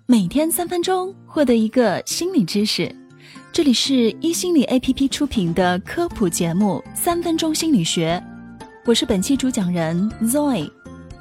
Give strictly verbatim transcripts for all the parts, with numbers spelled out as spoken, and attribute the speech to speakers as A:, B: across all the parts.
A: 每天三分钟，获得一个心理知识。这里是一心理 A P P 出品的科普节目《三分钟心理学》，我是本期主讲人 Zoe。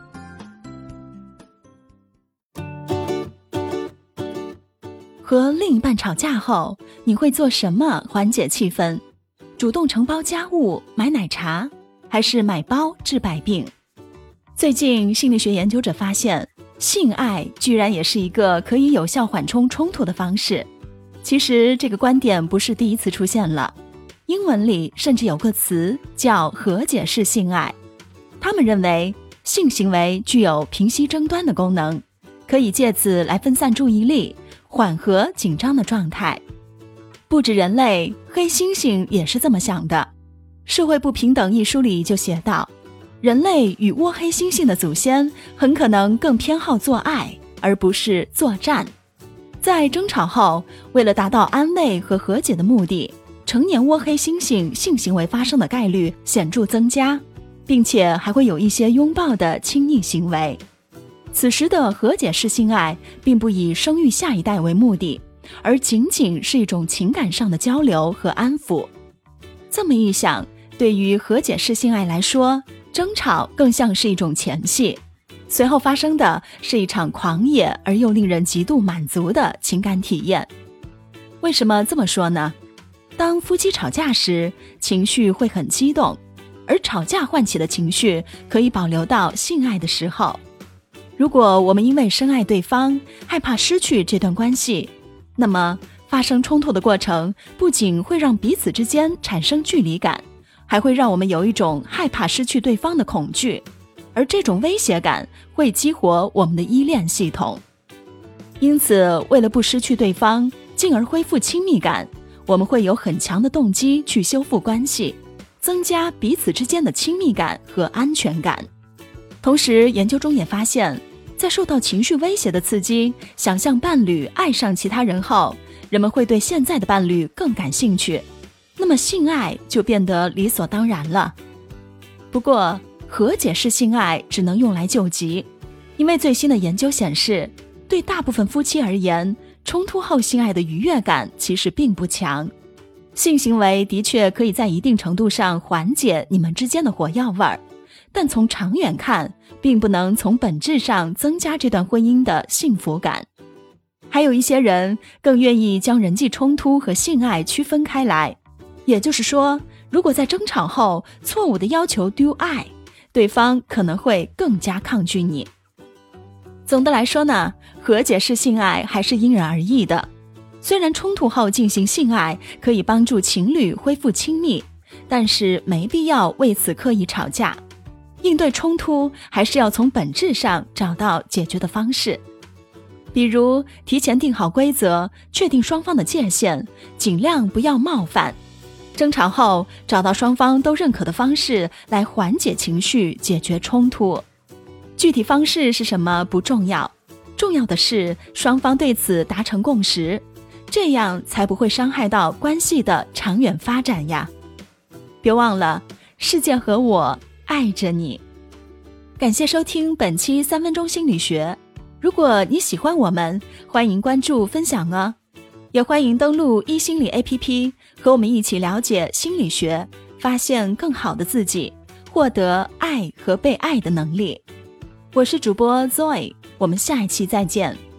A: 和另一半吵架后，你会做什么缓解气氛？主动承包家务、买奶茶，还是买包治百病？最近心理学研究者发现，性爱居然也是一个可以有效缓冲冲突的方式。其实这个观点不是第一次出现了，英文里甚至有个词叫和解式性爱。他们认为性行为具有平息争端的功能，可以借此来分散注意力，缓和紧张的状态。不止人类，黑猩猩也是这么想的。《社会不平等》一书里就写道，人类与倭黑猩猩的祖先很可能更偏好做爱，而不是作战。在争吵后，为了达到安慰和和解的目的，成年倭黑猩猩性行为发生的概率显著增加，并且还会有一些拥抱的亲昵行为。此时的和解式性爱并不以生育下一代为目的，而仅仅是一种情感上的交流和安抚。这么一想，对于和解式性爱来说，争吵更像是一种前戏，随后发生的是一场狂野而又令人极度满足的情感体验。为什么这么说呢？当夫妻吵架时，情绪会很激动，而吵架唤起的情绪可以保留到性爱的时候。如果我们因为深爱对方，害怕失去这段关系，那么发生冲突的过程不仅会让彼此之间产生距离感，还会让我们有一种害怕失去对方的恐惧，而这种威胁感会激活我们的依恋系统。因此，为了不失去对方，进而恢复亲密感，我们会有很强的动机去修复关系，增加彼此之间的亲密感和安全感。同时，研究中也发现，在受到情绪威胁的刺激，想象伴侣爱上其他人后，人们会对现在的伴侣更感兴趣，那么性爱就变得理所当然了。不过，和解式性爱只能用来救急，因为最新的研究显示，对大部分夫妻而言，冲突后性爱的愉悦感其实并不强。性行为的确可以在一定程度上缓解你们之间的火药味儿，但从长远看，并不能从本质上增加这段婚姻的幸福感。还有一些人更愿意将人际冲突和性爱区分开来，也就是说，如果在争吵后错误地要求 do 爱，对方可能会更加抗拒你。总的来说呢，和解式性爱还是因人而异的。虽然冲突后进行性爱可以帮助情侣恢复亲密，但是没必要为此刻意吵架。应对冲突还是要从本质上找到解决的方式。比如提前定好规则，确定双方的界限，尽量不要冒犯。争吵后找到双方都认可的方式来缓解情绪，解决冲突。具体方式是什么不重要，重要的是双方对此达成共识，这样才不会伤害到关系的长远发展呀。别忘了，世界和我爱着你。感谢收听本期三分钟心理学。如果你喜欢我们，欢迎关注分享哦。也欢迎登录一心理 A P P， 和我们一起了解心理学，发现更好的自己，获得爱和被爱的能力。我是主播 Zoe， 我们下一期再见。